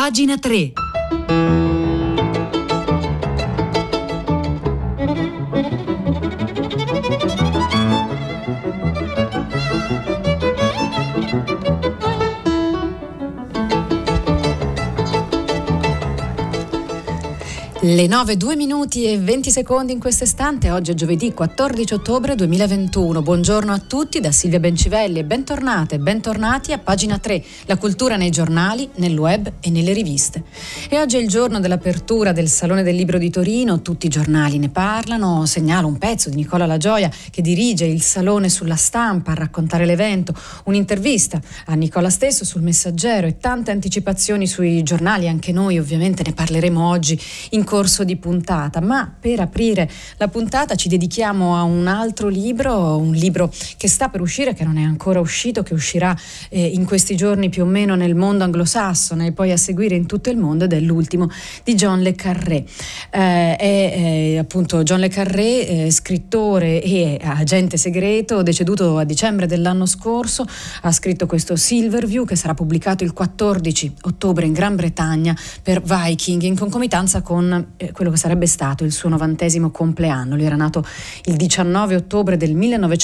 Pagina 3. Le 9, 2 minuti e 20 secondi in questo istante. Oggi è giovedì 14 ottobre 2021. Buongiorno a tutti da Silvia Bencivelli e bentornate e bentornati a Pagina 3, la cultura nei giornali, nel web e nelle riviste. E oggi è il giorno dell'apertura del Salone del Libro di Torino, tutti i giornali ne parlano. Segnalo un pezzo di Nicola La Gioia che dirige il Salone sulla Stampa a raccontare l'evento, un'intervista a Nicola stesso sul Messaggero e tante anticipazioni sui giornali. Anche noi ovviamente ne parleremo oggi in corso di puntata, ma per aprire la puntata ci dedichiamo a un altro libro, un libro che sta per uscire, che non è ancora uscito, che uscirà in questi giorni più o meno nel mondo anglosassone e poi a seguire in tutto il mondo, ed è l'ultimo di John le Carré. È appunto John le Carré, scrittore e agente segreto, deceduto a dicembre dell'anno scorso. Ha scritto questo Silverview che sarà pubblicato il 14 ottobre in Gran Bretagna per Viking, in concomitanza con quello che sarebbe stato il suo 90° compleanno. Lui era nato il 19 ottobre del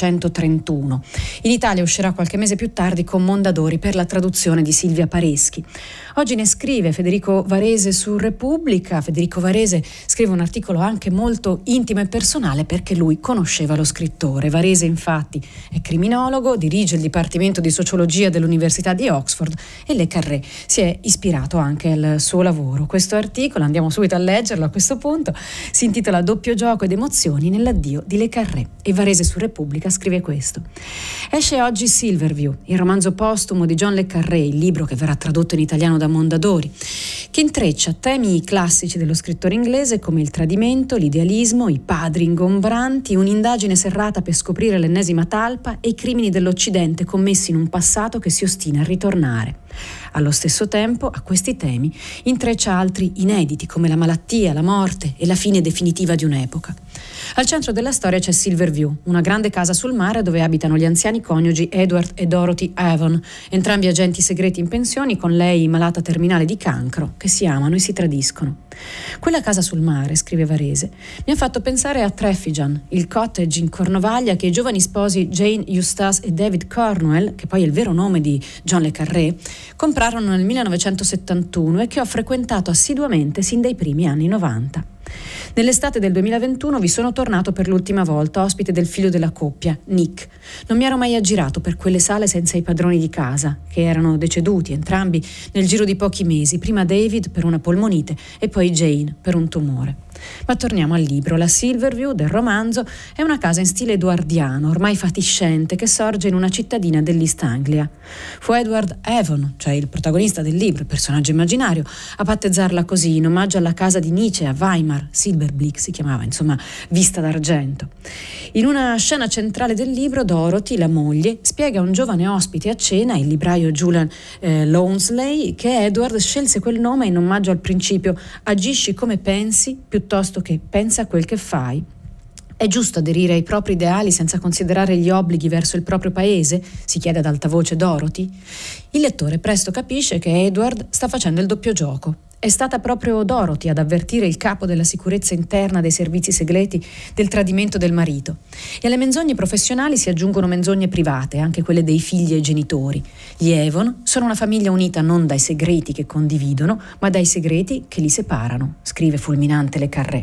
1931. In Italia uscirà qualche mese più tardi con Mondadori per la traduzione di Silvia Pareschi. Oggi ne scrive Federico Varese su Repubblica. Federico Varese scrive un articolo anche molto intimo e personale perché lui conosceva lo scrittore. Varese infatti è criminologo, dirige il Dipartimento di Sociologia dell'Università di Oxford e Le Carré si è ispirato anche al suo lavoro. Questo articolo, andiamo subito a leggerlo a questo punto, si intitola Doppio gioco ed emozioni nell'addio di Le Carré, e Varese su Repubblica scrive questo. Esce oggi Silverview, il romanzo postumo di John le Carré, il libro che verrà tradotto in italiano da Mondadori, che intreccia temi classici dello scrittore inglese come il tradimento, l'idealismo, i padri ingombranti, un'indagine serrata per scoprire l'ennesima talpa e i crimini dell'Occidente commessi in un passato che si ostina a ritornare. Allo stesso tempo, a questi temi intreccia altri inediti come la malattia, la morte e la fine definitiva di un'epoca. Al centro della storia c'è Silverview, una grande casa sul mare dove abitano gli anziani coniugi Edward e Dorothy Avon, entrambi agenti segreti in pensione, con lei malata terminale di cancro, che si amano e si tradiscono. Quella casa sul mare, scrive Varese, mi ha fatto pensare a Treffigan, il cottage in Cornovaglia che i giovani sposi Jane Eustace e David Cornwell, che poi è il vero nome di John le Carré, comprarono nel 1971 e che ho frequentato assiduamente sin dai primi anni 90. Nell'estate del 2021 vi sono tornato per l'ultima volta, ospite del figlio della coppia, Nick. Non mi ero mai aggirato per quelle sale senza i padroni di casa, che erano deceduti entrambi nel giro di pochi mesi, prima David per una polmonite e poi Jane per un tumore. Ma torniamo al libro. La Silverview del romanzo è una casa in stile edoardiano, ormai fatiscente, che sorge in una cittadina dell'East Anglia. Fu Edward Avon, cioè il protagonista del libro, il personaggio immaginario, a battezzarla così, in omaggio alla casa di Nietzsche a Weimar. Silberblick si chiamava, insomma, vista d'argento. In una scena centrale del libro, Dorothy, la moglie, spiega a un giovane ospite a cena, il libraio Julian Lownsley, che Edward scelse quel nome in omaggio al principio agisci come pensi piuttosto che pensa a quel che fai. È giusto aderire ai propri ideali senza considerare gli obblighi verso il proprio paese? Si chiede ad alta voce Dorothy. Il lettore presto capisce che Edward sta facendo il doppio gioco. È stata proprio Dorothy ad avvertire il capo della sicurezza interna dei servizi segreti del tradimento del marito. E alle menzogne professionali si aggiungono menzogne private, anche quelle dei figli e i genitori. Gli Avon sono una famiglia unita non dai segreti che condividono, ma dai segreti che li separano, scrive fulminante Le Carré.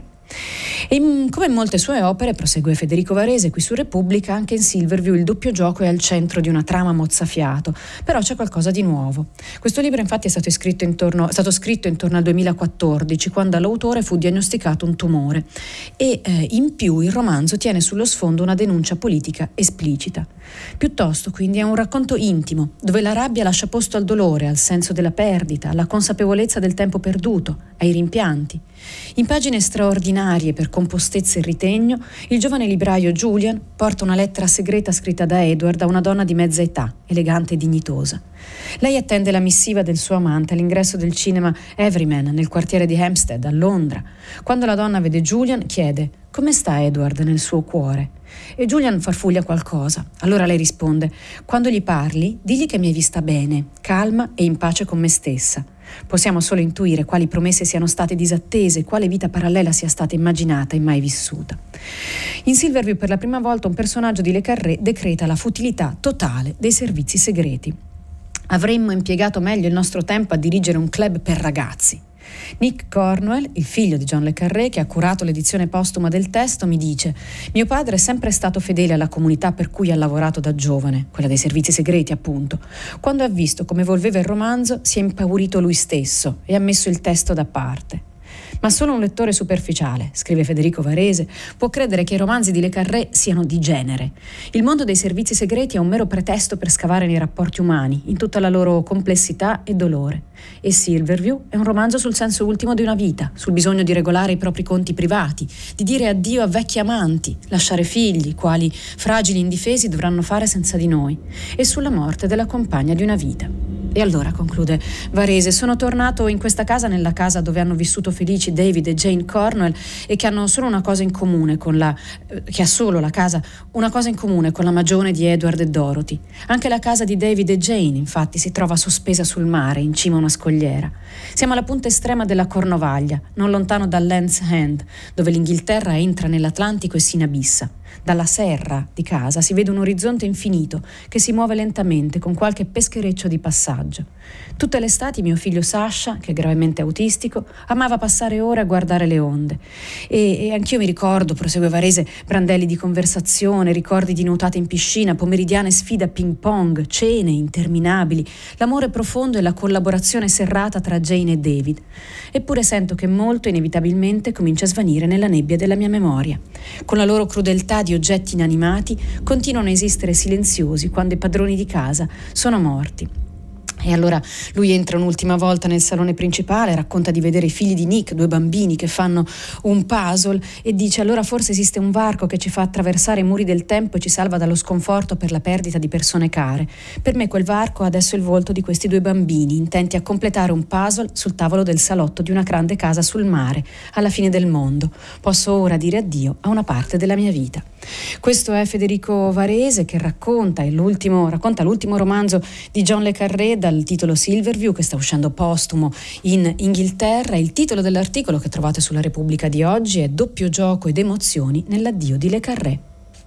E come in molte sue opere, prosegue Federico Varese qui su Repubblica, anche in Silverview il doppio gioco è al centro di una trama mozzafiato, però c'è qualcosa di nuovo. Questo libro infatti è stato scritto intorno al 2014, quando all'autore fu diagnosticato un tumore, e in più il romanzo tiene sullo sfondo una denuncia politica esplicita. Piuttosto quindi è un racconto intimo, dove la rabbia lascia posto al dolore, al senso della perdita, alla consapevolezza del tempo perduto, ai rimpianti. In pagine straordinarie per compostezza e ritegno, il giovane libraio Julian porta una lettera segreta scritta da Edward a una donna di mezza età, elegante e dignitosa. Lei attende la missiva del suo amante all'ingresso del cinema Everyman nel quartiere di Hampstead a Londra. Quando la donna vede Julian, chiede: come sta Edward nel suo cuore? E Julian farfuglia qualcosa. Allora lei risponde: quando gli parli, digli che mi hai vista bene, calma e in pace con me stessa. Possiamo solo intuire quali promesse siano state disattese, quale vita parallela sia stata immaginata e mai vissuta. In Silverview per la prima volta un personaggio di Le Carré decreta la futilità totale dei servizi segreti. Avremmo impiegato meglio il nostro tempo a dirigere un club per ragazzi. Nick Cornwell, il figlio di John Le Carré, che ha curato l'edizione postuma del testo, mi dice: mio padre è sempre stato fedele alla comunità per cui ha lavorato da giovane, quella dei servizi segreti appunto. Quando ha visto come evolveva il romanzo si è impaurito lui stesso e ha messo il testo da parte. Ma solo un lettore superficiale, scrive Federico Varese, può credere che i romanzi di Le Carré siano di genere. Il mondo dei servizi segreti è un mero pretesto per scavare nei rapporti umani, in tutta la loro complessità e dolore. E Silverview è un romanzo sul senso ultimo di una vita, sul bisogno di regolare i propri conti privati, di dire addio a vecchi amanti, lasciare figli, quali fragili indifesi dovranno fare senza di noi, e sulla morte della compagna di una vita. E allora, conclude Varese, sono tornato in questa casa, nella casa dove hanno vissuto felici David e Jane Cornwell, e che hanno solo una cosa in comune con che ha solo la casa una cosa in comune con la magione di Edward e Dorothy. Anche la casa di David e Jane, infatti, si trova sospesa sul mare, in cima a una scogliera. Siamo alla punta estrema della Cornovaglia, non lontano da Land's End, dove l'Inghilterra entra nell'Atlantico e si inabissa. Dalla serra di casa si vede un orizzonte infinito che si muove lentamente con qualche peschereccio di passaggio. Tutte le estati mio figlio Sasha, che è gravemente autistico, amava passare ore a guardare le onde. E anch'io mi ricordo, prosegue Varese, brandelli di conversazione, ricordi di nuotate in piscina, pomeridiane sfide a ping pong, cene interminabili, l'amore profondo e la collaborazione serrata tra Jane e David. Eppure sento che molto inevitabilmente comincia a svanire nella nebbia della mia memoria. Con la loro crudeltà di oggetti inanimati continuano a esistere silenziosi quando i padroni di casa sono morti. E allora lui entra un'ultima volta nel salone principale, racconta di vedere i figli di Nick, 2 bambini che fanno un puzzle, e dice: allora forse esiste un varco che ci fa attraversare i muri del tempo e ci salva dallo sconforto per la perdita di persone care. Per me quel varco ha adesso il volto di questi 2 bambini, intenti a completare un puzzle sul tavolo del salotto di una grande casa sul mare, alla fine del mondo. Posso ora dire addio a una parte della mia vita. Questo è Federico Varese, che racconta l'ultimo romanzo di John Le Carré, dal titolo Silverview, che sta uscendo postumo in Inghilterra. Il titolo dell'articolo che trovate sulla Repubblica di oggi è Doppio gioco ed emozioni nell'addio di Le Carré.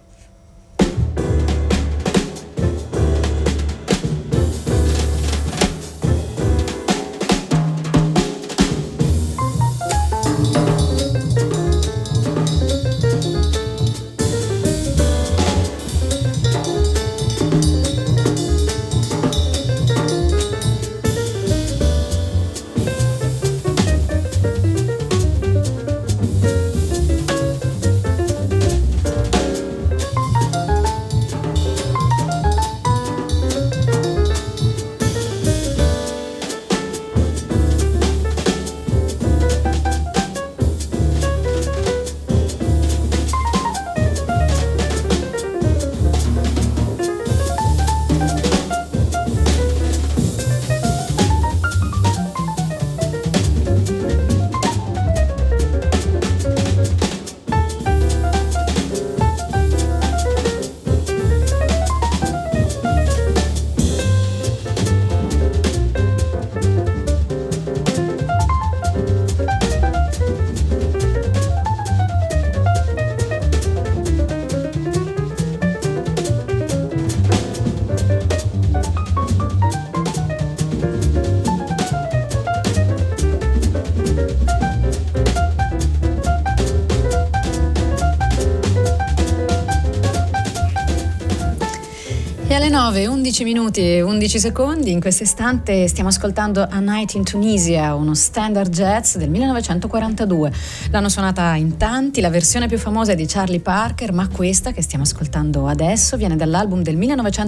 E alle 9, 11 minuti e 11 secondi, in questo istante stiamo ascoltando A Night in Tunisia, uno standard jazz del 1942. L'hanno suonata in tanti, la versione più famosa è di Charlie Parker, ma questa che stiamo ascoltando adesso viene dall'album del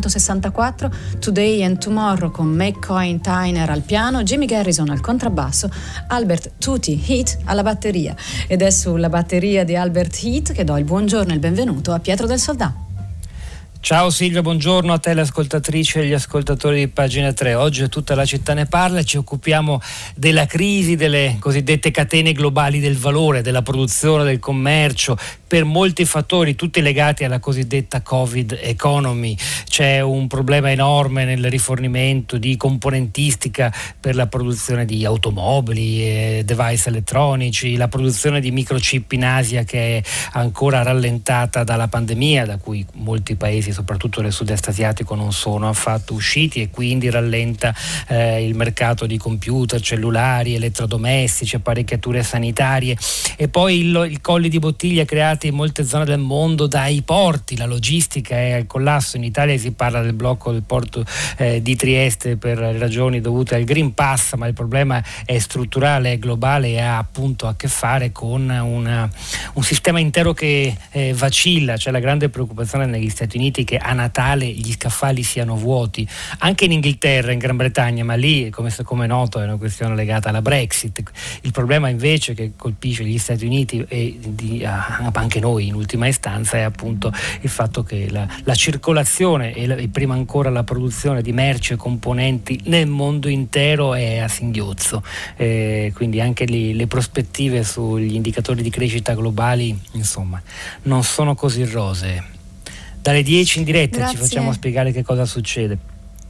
1964, Today and Tomorrow, con McCoy Tyner al piano, Jimmy Garrison al contrabbasso, Albert Tutti Heat alla batteria. Ed è sulla batteria di Albert Heat che do il buongiorno e il benvenuto a Pietro del Soldà. Ciao Silvia, buongiorno a te, le ascoltatrici e gli ascoltatori di Pagina 3. Oggi tutta la città ne parla e ci occupiamo della crisi delle cosiddette catene globali del valore, della produzione, del commercio, per molti fattori, tutti legati alla cosiddetta Covid economy. C'è un problema enorme nel rifornimento di componentistica per la produzione di automobili, device elettronici, la produzione di microchip in Asia che è ancora rallentata dalla pandemia, da cui molti paesi, soprattutto nel sud-est asiatico, non sono affatto usciti, e quindi rallenta il mercato di computer, cellulari, elettrodomestici, apparecchiature sanitarie, e poi i colli di bottiglia creati in molte zone del mondo dai porti. La logistica è al collasso. In Italia si parla del blocco del porto di Trieste per ragioni dovute al Green Pass, ma il problema è strutturale, è globale e ha appunto a che fare con un sistema intero che vacilla. C'è la grande preoccupazione negli Stati Uniti che a Natale gli scaffali siano vuoti, anche in Inghilterra, in Gran Bretagna, ma lì, come è noto, è una questione legata alla Brexit. Il problema invece che colpisce gli Stati Uniti e anche noi in ultima istanza è appunto il fatto che la circolazione e prima ancora la produzione di merci e componenti nel mondo intero è a singhiozzo, quindi anche le prospettive sugli indicatori di crescita globali, insomma, non sono così rosee. Dalle 10 in diretta. Grazie. Ci facciamo spiegare che cosa succede.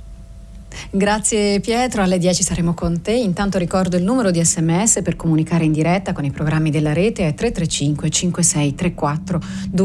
Grazie Pietro, alle 10 saremo con te. Intanto ricordo il numero di SMS per comunicare in diretta con i programmi della rete è 335 56 34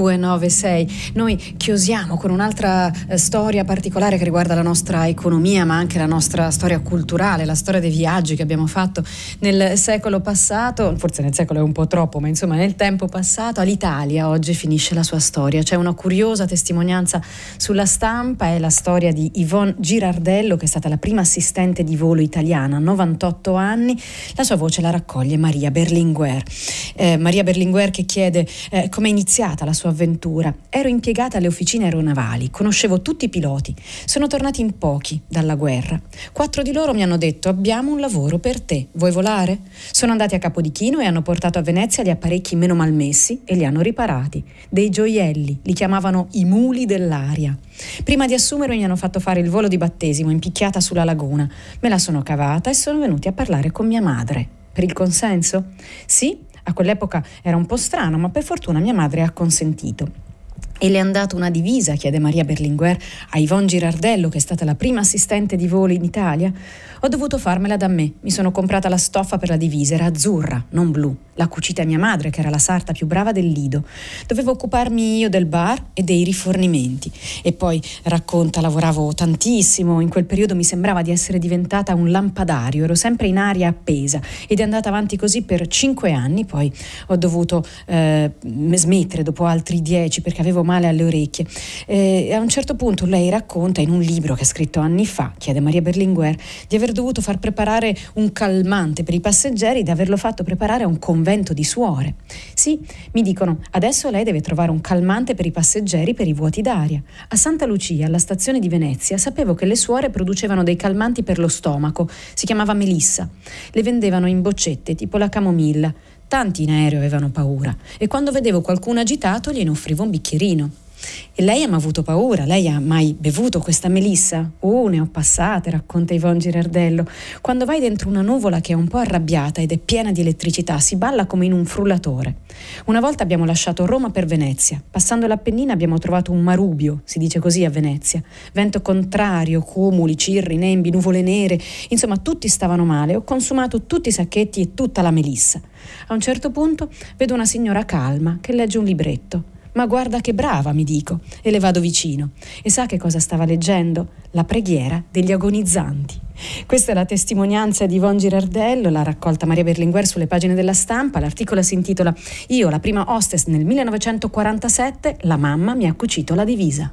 296. Noi chiusiamo con un'altra storia particolare che riguarda la nostra economia, ma anche la nostra storia culturale, la storia dei viaggi che abbiamo fatto nel secolo passato, forse nel secolo è un po' troppo, ma insomma nel tempo passato. All'Italia oggi finisce la sua storia. C'è una curiosa testimonianza sulla stampa, è la storia di Yvonne Girardello, che è stata la prima assistente di volo italiana, 98 anni. La sua voce la raccoglie Maria Berlinguer. Maria Berlinguer che chiede come è iniziata la sua avventura. Ero impiegata alle officine aeronavali, conoscevo tutti i piloti, sono tornati in pochi dalla guerra. 4 di loro mi hanno detto: abbiamo un lavoro per te, vuoi volare? Sono andati a Capodichino e hanno portato a Venezia gli apparecchi meno malmessi e li hanno riparati. Dei gioielli, li chiamavano i muli dell'aria. Prima di assumermi mi hanno fatto fare il volo di battesimo impicchiata sulla laguna. Me la sono cavata e sono venuti a parlare con mia madre. Per il consenso? Sì, a quell'epoca era un po' strano, ma per fortuna mia madre ha consentito. E le han dato una divisa, chiede Maria Berlinguer a Yvonne Girardello, che è stata la prima assistente di volo in Italia. Ho dovuto farmela da me, mi sono comprata la stoffa per la divisa, era azzurra, non blu. L'ha cucita mia madre, che era la sarta più brava del lido. Dovevo occuparmi io del bar e dei rifornimenti. E poi, racconta, lavoravo tantissimo, in quel periodo mi sembrava di essere diventata un lampadario, ero sempre in aria appesa ed è andata avanti così per 5 anni, poi ho dovuto smettere dopo altri 10 perché avevo male alle orecchie. A un certo punto lei racconta in un libro che ha scritto anni fa, chiede Maria Berlinguer, di aver dovuto far preparare un calmante per i passeggeri, di averlo fatto preparare a un convento di suore. Sì, mi dicono, adesso lei deve trovare un calmante per i passeggeri per i vuoti d'aria. A Santa Lucia, alla stazione di Venezia, sapevo che le suore producevano dei calmanti per lo stomaco, si chiamava Melissa. Le vendevano in boccette, tipo la camomilla. Tanti in aereo avevano paura e quando vedevo qualcuno agitato gliene offrivo un bicchierino. E lei ha mai avuto paura? Lei ha mai bevuto questa melissa? Ne ho passate, racconta Yvonne Girardello. Quando vai dentro una nuvola che è un po' arrabbiata ed è piena di elettricità, si balla come in un frullatore. Una volta abbiamo lasciato Roma per Venezia. Passando l'Appennina abbiamo trovato un marubio, si dice così a Venezia. Vento contrario, cumuli, cirri, nembi, nuvole nere. Insomma, tutti stavano male. Ho consumato tutti i sacchetti e tutta la melissa. A un certo punto vedo una signora calma che legge un libretto. Ma guarda che brava, mi dico, e le vado vicino. E sa che cosa stava leggendo? La preghiera degli agonizzanti. Questa è la testimonianza di Yvonne Girardello, l'ha raccolta Maria Berlinguer sulle pagine della Stampa. L'articolo si intitola Io, la prima hostess nel 1947, la mamma mi ha cucito la divisa.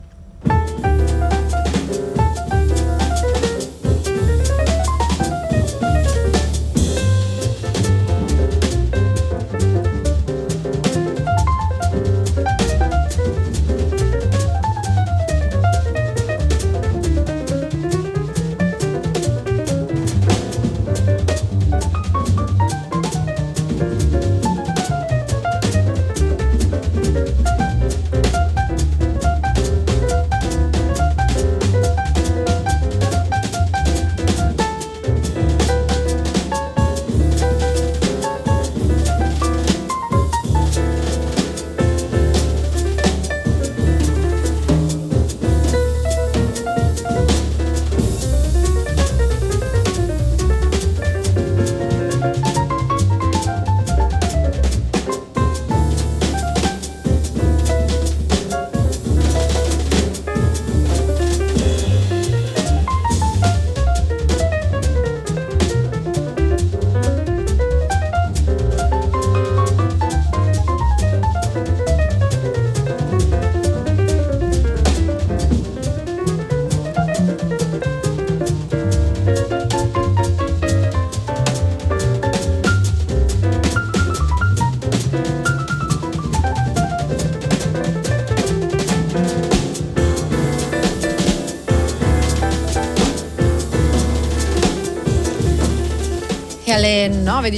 Le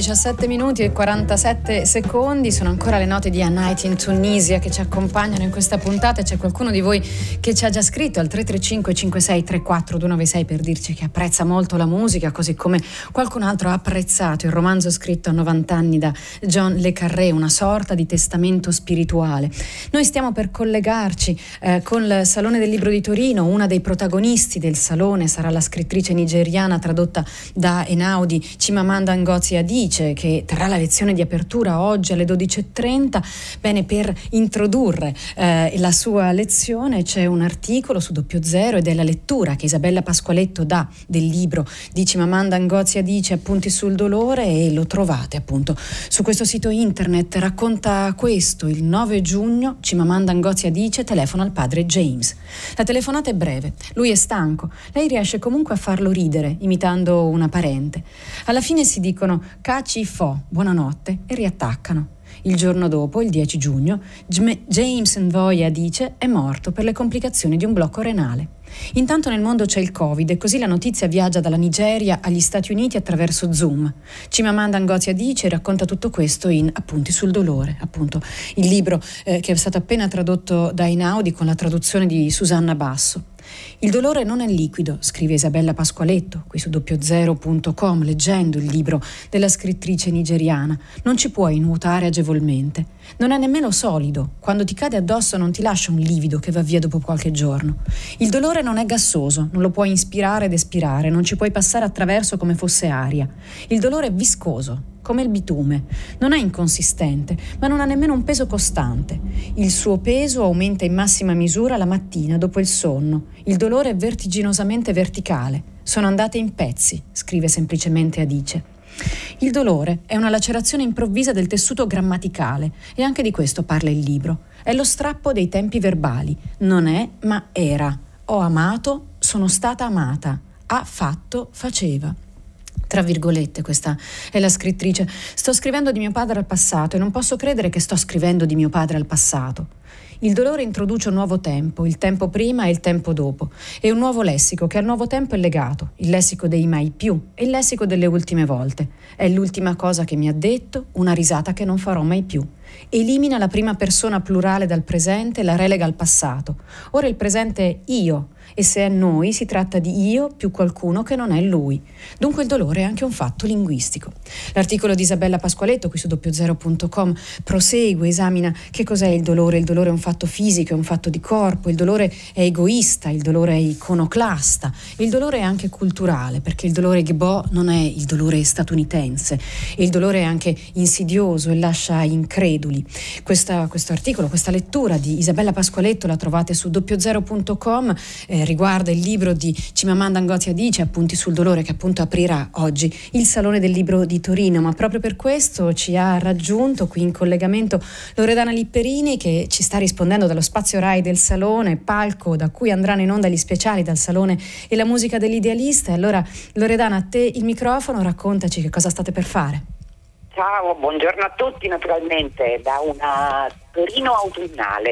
9:17 e 47 secondi, sono ancora le note di A Night in Tunisia che ci accompagnano in questa puntata. C'è qualcuno di voi che ci ha già scritto al 335 56 34 296 per dirci che apprezza molto la musica, così come qualcun altro ha apprezzato il romanzo scritto a 90 anni da John le Carré, una sorta di testamento spirituale. Noi stiamo per collegarci con il Salone del Libro di Torino. Una dei protagonisti del salone sarà la scrittrice nigeriana tradotta da Einaudi, Chimamanda Ngozi Adichie, che terrà la lezione di apertura oggi alle 12:30. Bene, per introdurre la sua lezione c'è un articolo su Doppio Zero ed è la lettura che Isabella Pasqualetto dà del libro di Chimamanda Ngozi Adichie, Appunti sul dolore, e lo trovate appunto su questo sito internet. Racconta questo: il 9 giugno Chimamanda Ngozi Adichie telefona al padre James. La telefonata è breve, lui è stanco, lei riesce comunque a farlo ridere imitando una parente. Alla fine si dicono Caci Fo, buonanotte, e riattaccano. Il giorno dopo, il 10 giugno, James Ngozi Adichie è morto per le complicazioni di un blocco renale. Intanto nel mondo c'è il Covid e così la notizia viaggia dalla Nigeria agli Stati Uniti attraverso Zoom. Chimamanda Ngozi Adichie racconta tutto questo in Appunti sul dolore, appunto il libro che è stato appena tradotto da Einaudi con la traduzione di Susanna Basso. Il dolore non è liquido, scrive Isabella Pasqualetto qui su doppiozero.com leggendo il libro della scrittrice nigeriana. Non ci puoi nuotare agevolmente. Non è nemmeno solido. Quando ti cade addosso non ti lascia un livido che va via dopo qualche giorno. Il dolore non è gassoso, non lo puoi inspirare ed espirare, non ci puoi passare attraverso come fosse aria. Il dolore è viscoso, come il bitume. Non è inconsistente, ma non ha nemmeno un peso costante. Il suo peso aumenta in massima misura la mattina dopo il sonno. Il dolore è vertiginosamente verticale. Sono andate in pezzi, scrive semplicemente Adichie. Il dolore è una lacerazione improvvisa del tessuto grammaticale e anche di questo parla il libro. È lo strappo dei tempi verbali. Non è, ma era. Ho amato, sono stata amata. Ha fatto, faceva. Tra virgolette, questa è la scrittrice. Sto scrivendo di mio padre al passato e non posso credere che sto scrivendo di mio padre al passato. Il dolore introduce un nuovo tempo, il tempo prima e il tempo dopo, e un nuovo lessico che al nuovo tempo è legato, il lessico dei mai più e il lessico delle ultime volte. È l'ultima cosa che mi ha detto, una risata che non farò mai più. Elimina la prima persona plurale dal presente e la relega al passato. Ora il presente è io, e se è noi si tratta di io più qualcuno che non è lui. Dunque il dolore è anche un fatto linguistico. L'articolo di Isabella Pasqualetto qui su doppiozero.com prosegue, esamina che cos'è il dolore. Il dolore è un fatto fisico, è un fatto di corpo, il dolore è egoista, il dolore è iconoclasta, il dolore è anche culturale, perché il dolore Gbo non è il dolore statunitense, il dolore è anche insidioso e lascia increduli. Questo articolo, questa lettura di Isabella Pasqualetto la trovate su doppiozero.com, riguarda il libro di Chimamanda Ngozi Adichie, Appunti sul dolore, che appunto aprirà oggi il Salone del Libro di Torino. Ma proprio per questo ci ha raggiunto qui in collegamento Loredana Lipperini, che ci sta rispondendo dallo spazio Rai del Salone, palco da cui andranno in onda gli speciali dal Salone e la musica dell'idealista. Allora Loredana, a te il microfono, raccontaci che cosa state per fare. Ciao, buongiorno a tutti, naturalmente da una Torino autunnale.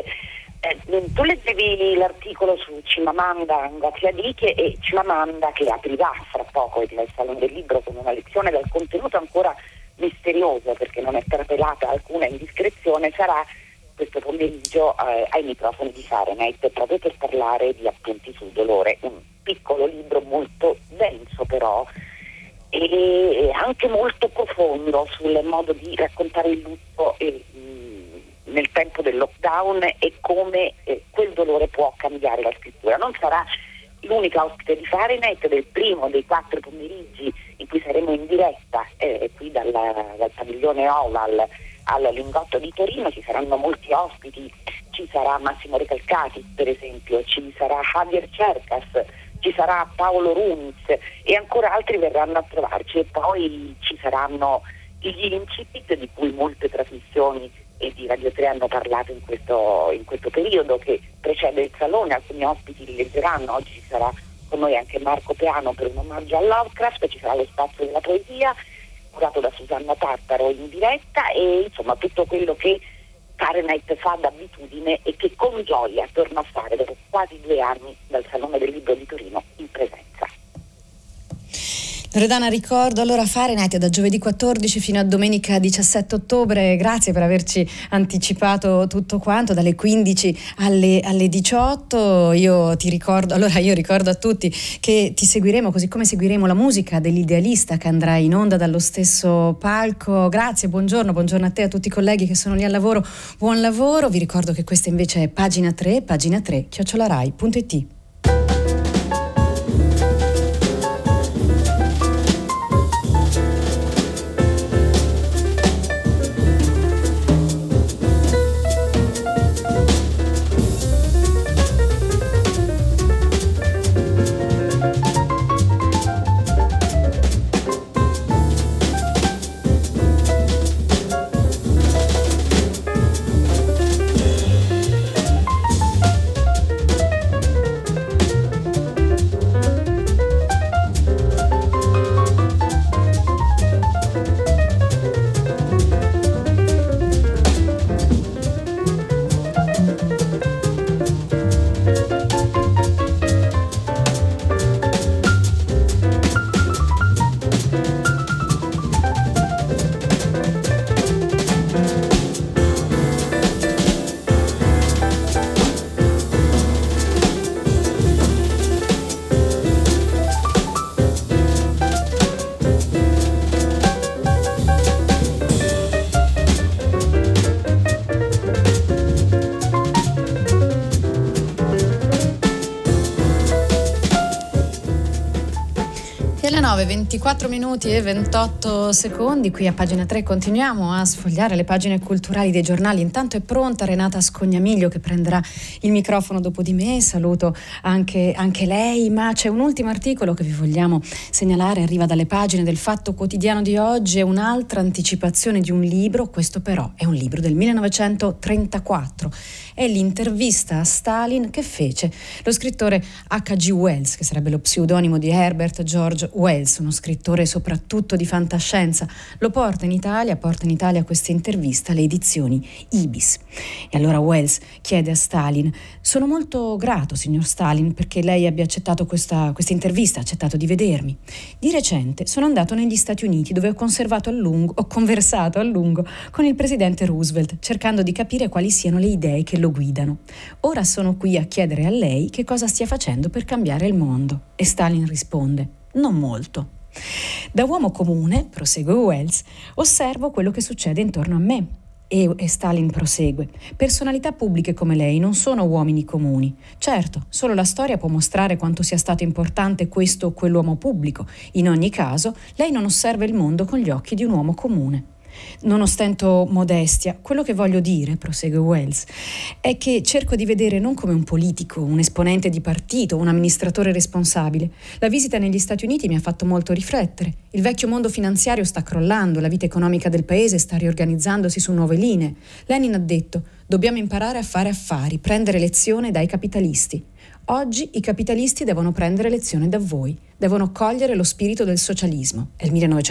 Tu leggevi l'articolo su Chimamanda Ngozi Adichie e Chimamanda, che aprirà fra poco il Salone del Libro con una lezione dal contenuto ancora misterioso perché non è trapelata alcuna indiscrezione, sarà questo pomeriggio ai microfoni di Fahrenheit proprio per parlare di Appunti sul dolore, un piccolo libro molto denso però e anche molto profondo sul modo di raccontare il lutto nel tempo del lockdown e come quel dolore può cambiare la scrittura. Non sarà l'unica ospite di Fahrenheit, del primo dei 4 pomeriggi in cui saremo in diretta qui dal padiglione Oval al Lingotto di Torino. Ci saranno molti ospiti, ci sarà Massimo Recalcati per esempio, ci sarà Javier Cercas, ci sarà Paolo Runiz e ancora altri verranno a trovarci, e poi ci saranno gli incipit di cui molte trasmissioni e di Radio 3 hanno parlato in questo periodo che precede il Salone. Alcuni ospiti li leggeranno. Oggi ci sarà con noi anche Marco Peano per un omaggio a Lovecraft, ci sarà lo spazio della poesia curato da Susanna Tartaro in diretta e insomma tutto quello che Fahrenheit fa d'abitudine e che con gioia torna a fare dopo quasi 2 anni dal Salone del Libro di Torino in presenza. Loredana, ricordo allora Fahrenheit da giovedì 14 fino a domenica 17 ottobre. Grazie per averci anticipato tutto quanto, dalle 15 alle 18. Io ricordo a tutti che ti seguiremo, così come seguiremo la musica dell'Idealista che andrà in onda dallo stesso palco. Grazie, buongiorno a te, a tutti i colleghi che sono lì al lavoro. Buon lavoro. Vi ricordo che questa invece è pagina 3 @rai.it. Alle 9, 24 minuti e 28 secondi, qui a pagina 3 continuiamo a sfogliare le pagine culturali dei giornali. Intanto è pronta Renata Scognamiglio che prenderà il microfono dopo di me, saluto anche lei, ma c'è un ultimo articolo che vi vogliamo segnalare, arriva dalle pagine del Fatto Quotidiano di oggi, è un'altra anticipazione di un libro, questo però è un libro del 1934, è l'intervista a Stalin che fece lo scrittore H.G. Wells, che sarebbe lo pseudonimo di Herbert George Wells, uno scrittore soprattutto di fantascienza. Lo porta in Italia questa intervista alle edizioni Ibis. E allora Wells chiede a Stalin: sono molto grato, signor Stalin, perché lei abbia accettato questa intervista, ha accettato di vedermi. Di recente sono andato negli Stati Uniti, dove ho conversato a lungo con il presidente Roosevelt, cercando di capire quali siano le idee che lo guidano. Ora sono qui a chiedere a lei che cosa stia facendo per cambiare il mondo. E Stalin risponde: non molto. Da uomo comune, prosegue Wells, osservo quello che succede intorno a me. E Stalin prosegue: personalità pubbliche come lei non sono uomini comuni. Certo, solo la storia può mostrare quanto sia stato importante questo o quell'uomo pubblico. In ogni caso, lei non osserva il mondo con gli occhi di un uomo comune. Non ostento modestia, quello che voglio dire, prosegue Wells, è che cerco di vedere non come un politico, un esponente di partito, un amministratore responsabile. La visita negli Stati Uniti mi ha fatto molto riflettere. Il vecchio mondo finanziario sta crollando, la vita economica del paese sta riorganizzandosi su nuove linee. Lenin ha detto: dobbiamo imparare a fare affari, prendere lezione dai capitalisti. Oggi i capitalisti devono prendere lezione da voi, devono cogliere lo spirito del socialismo. È il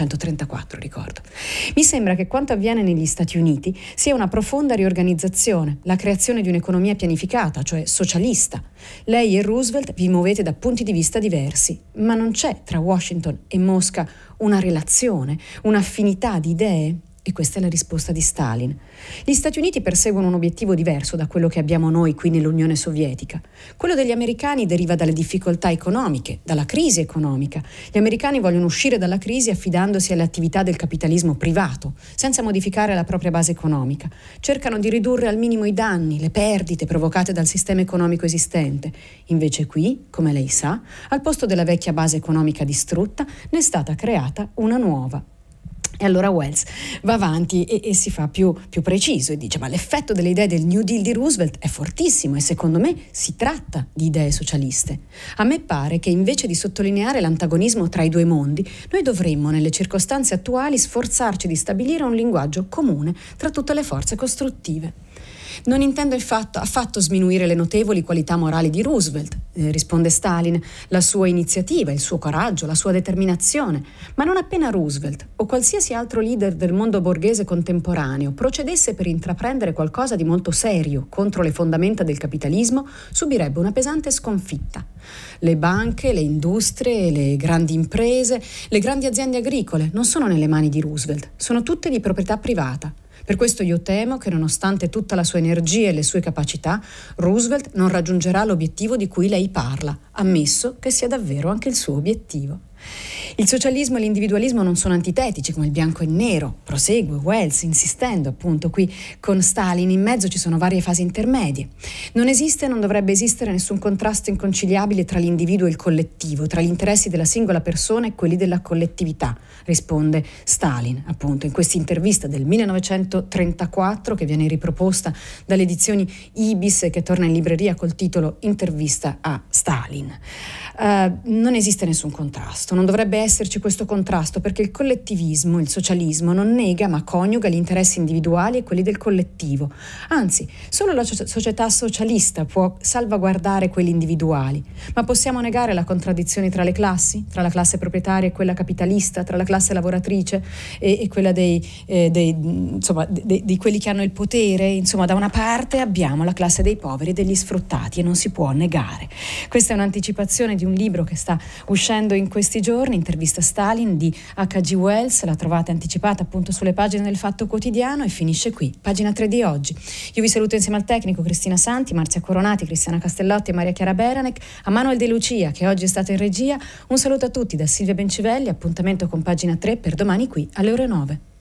1934, ricordo. Mi sembra che quanto avviene negli Stati Uniti sia una profonda riorganizzazione, la creazione di un'economia pianificata, cioè socialista. Lei e Roosevelt vi muovete da punti di vista diversi, ma non c'è tra Washington e Mosca una relazione, un'affinità di idee? E questa è la risposta di Stalin. Gli Stati Uniti perseguono un obiettivo diverso da quello che abbiamo noi qui nell'Unione Sovietica. Quello degli americani deriva dalle difficoltà economiche, dalla crisi economica. Gli americani vogliono uscire dalla crisi affidandosi alle attività del capitalismo privato, senza modificare la propria base economica. Cercano di ridurre al minimo i danni, le perdite provocate dal sistema economico esistente. Invece qui, come lei sa, al posto della vecchia base economica distrutta, ne è stata creata una nuova. E allora Wells va avanti e si fa più preciso e dice: ma l'effetto delle idee del New Deal di Roosevelt è fortissimo e secondo me si tratta di idee socialiste. A me pare che invece di sottolineare l'antagonismo tra i due mondi, noi dovremmo nelle circostanze attuali sforzarci di stabilire un linguaggio comune tra tutte le forze costruttive. Non intendo affatto sminuire le notevoli qualità morali di Roosevelt, risponde Stalin, la sua iniziativa, il suo coraggio, la sua determinazione, ma non appena Roosevelt o qualsiasi altro leader del mondo borghese contemporaneo procedesse per intraprendere qualcosa di molto serio contro le fondamenta del capitalismo, subirebbe una pesante sconfitta. Le banche, le industrie, le grandi imprese, le grandi aziende agricole non sono nelle mani di Roosevelt, sono tutte di proprietà privata. Per questo io temo che nonostante tutta la sua energia e le sue capacità, Roosevelt non raggiungerà l'obiettivo di cui lei parla, ammesso che sia davvero anche il suo obiettivo. Il socialismo e l'individualismo non sono antitetici come il bianco e il nero, prosegue Wells insistendo appunto qui con Stalin, in mezzo ci sono varie fasi intermedie. Non esiste e non dovrebbe esistere nessun contrasto inconciliabile tra l'individuo e il collettivo, tra gli interessi della singola persona e quelli della collettività, risponde Stalin appunto in questa intervista del 1934 che viene riproposta dalle edizioni Ibis e che torna in libreria col titolo Intervista a Stalin. Non esiste nessun contrasto, non dovrebbe esserci questo contrasto perché il collettivismo, il socialismo non nega ma coniuga gli interessi individuali e quelli del collettivo. Anzi, solo la società socialista può salvaguardare quelli individuali. Ma possiamo negare la contraddizione tra le classi? Tra la classe proprietaria e quella capitalista? Tra la classe lavoratrice e quella di quelli che hanno il potere? Insomma, da una parte abbiamo la classe dei poveri e degli sfruttati e non si può negare. Questa è un'anticipazione di un libro che sta uscendo in questi giorni, Intervista a Stalin di H.G. Wells, la trovate anticipata appunto sulle pagine del Fatto Quotidiano e finisce qui, pagina 3 di oggi. Io vi saluto insieme al tecnico Cristina Santi, Marzia Coronati, Cristiana Castellotti e Maria Chiara Beranec, a Manuel De Lucia che oggi è stato in regia. Un saluto a tutti da Silvia Bencivelli, appuntamento con pagina 3 per domani qui alle ore 9.